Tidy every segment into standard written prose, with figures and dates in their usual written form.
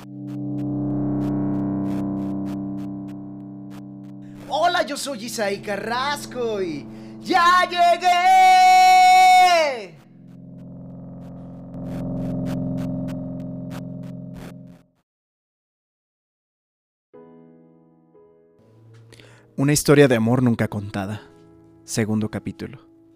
Hola, yo soy Isaí Carrasco y ¡ya llegué! Una historia de amor nunca contada. Segundo capítulo.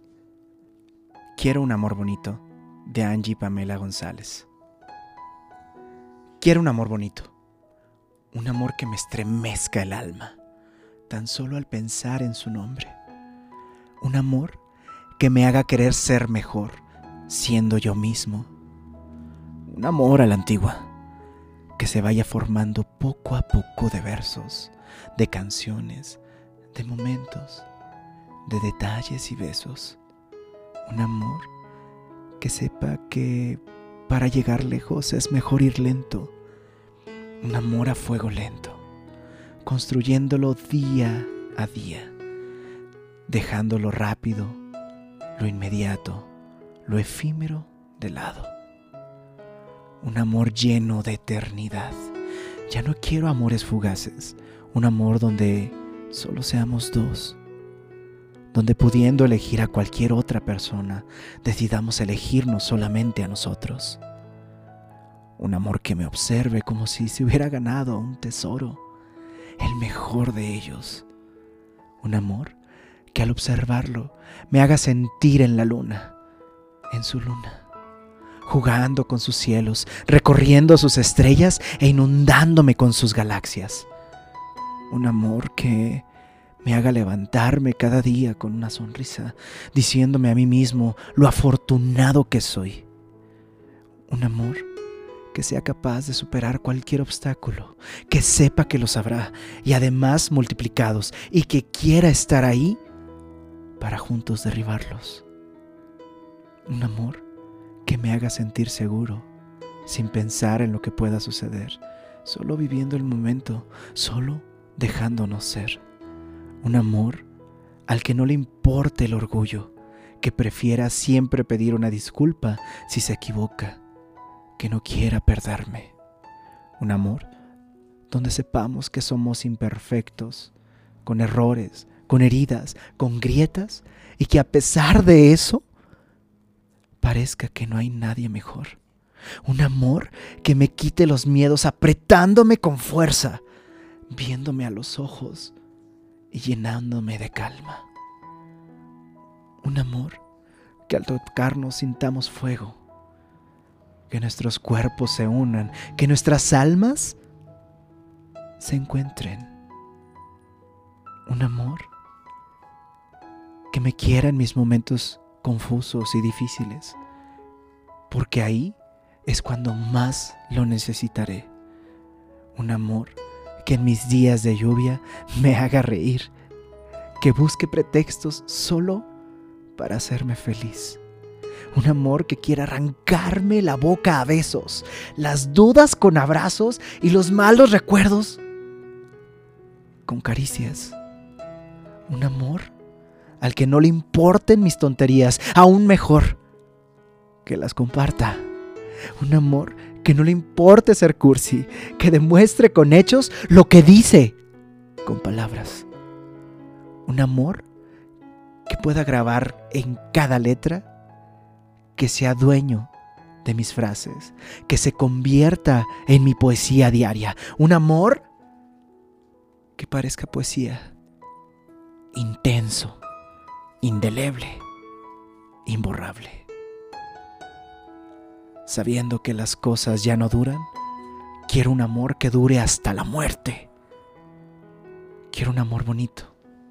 Quiero un amor bonito, de Angie Pamela González. Quiero un amor bonito. Un amor que me estremezca el alma, tan solo al pensar en su nombre. Un amor que me haga querer ser mejor, siendo yo mismo. Un amor a la antigua, que se vaya formando poco a poco de versos, de canciones, de momentos, de detalles y besos. Un amor que sepa que para llegar lejos es mejor ir lento. Un amor a fuego lento, construyéndolo día a día, dejándolo rápido, lo inmediato, lo efímero de lado. Un amor lleno de eternidad. Ya no quiero amores fugaces, un amor donde solo seamos dos, donde pudiendo elegir a cualquier otra persona, decidamos elegirnos solamente a nosotros. Un amor que me observe como si se hubiera ganado un tesoro, el mejor de ellos. Un amor que al observarlo me haga sentir en la luna, en su luna, jugando con sus cielos, recorriendo sus estrellas e inundándome con sus galaxias. Un amor que me haga levantarme cada día con una sonrisa, diciéndome a mí mismo lo afortunado que soy. Un amor que sea capaz de superar cualquier obstáculo, que sepa que los habrá y además multiplicados, y que quiera estar ahí para juntos derribarlos. Un amor que me haga sentir seguro, sin pensar en lo que pueda suceder, solo viviendo el momento, solo dejándonos ser. Un amor al que no le importe el orgullo, que prefiera siempre pedir una disculpa si se equivoca, que no quiera perderme. Un amor donde sepamos que somos imperfectos, con errores, con heridas, con grietas, y que a pesar de eso, parezca que no hay nadie mejor. Un amor que me quite los miedos apretándome con fuerza, viéndome a los ojos y llenándome de calma. Un amor que al tocarnos sintamos fuego, que nuestros cuerpos se unan, que nuestras almas se encuentren. Un amor que me quiera en mis momentos confusos y difíciles, porque ahí es cuando más lo necesitaré. Un amor que en mis días de lluvia me haga reír, que busque pretextos solo para hacerme feliz. Un amor que quiera arrancarme la boca a besos, las dudas con abrazos y los malos recuerdos con caricias. Un amor al que no le importen mis tonterías, aún mejor, que las comparta. Un amor que no le importe ser cursi, que demuestre con hechos lo que dice con palabras. Un amor que pueda grabar en cada letra, que sea dueño de mis frases, que se convierta en mi poesía diaria. Un amor que parezca poesía, intenso, indeleble, imborrable. Sabiendo que las cosas ya no duran, quiero un amor que dure hasta la muerte. Quiero un amor bonito,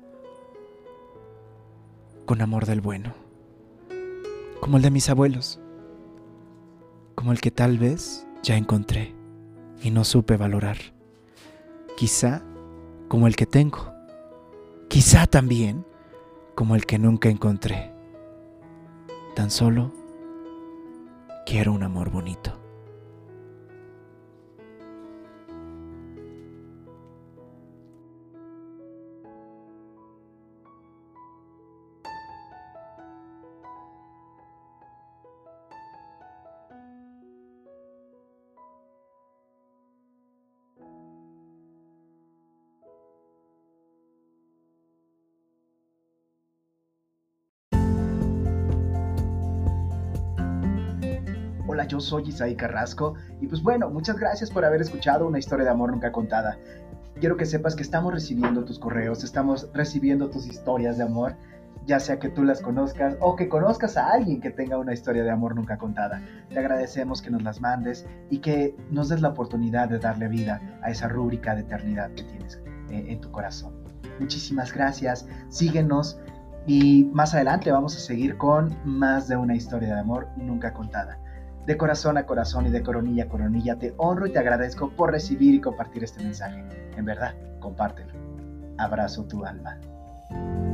con amor del bueno, como el de mis abuelos, como el que tal vez ya encontré y no supe valorar. Quizá como el que tengo, quizá también como el que nunca encontré. Tan solo quiero un amor bonito. Hola, yo soy Isaí Carrasco y pues bueno, muchas gracias por haber escuchado una historia de amor nunca contada. Quiero que sepas que estamos recibiendo tus correos, estamos recibiendo tus historias de amor, ya sea que tú las conozcas o que conozcas a alguien que tenga una historia de amor nunca contada. Te agradecemos que nos las mandes y que nos des la oportunidad de darle vida a esa rúbrica de eternidad que tienes en tu corazón. Muchísimas gracias, síguenos y más adelante vamos a seguir con más de una historia de amor nunca contada. De corazón a corazón y de coronilla a coronilla te honro y te agradezco por recibir y compartir este mensaje. En verdad, compártelo. Abrazo tu alma.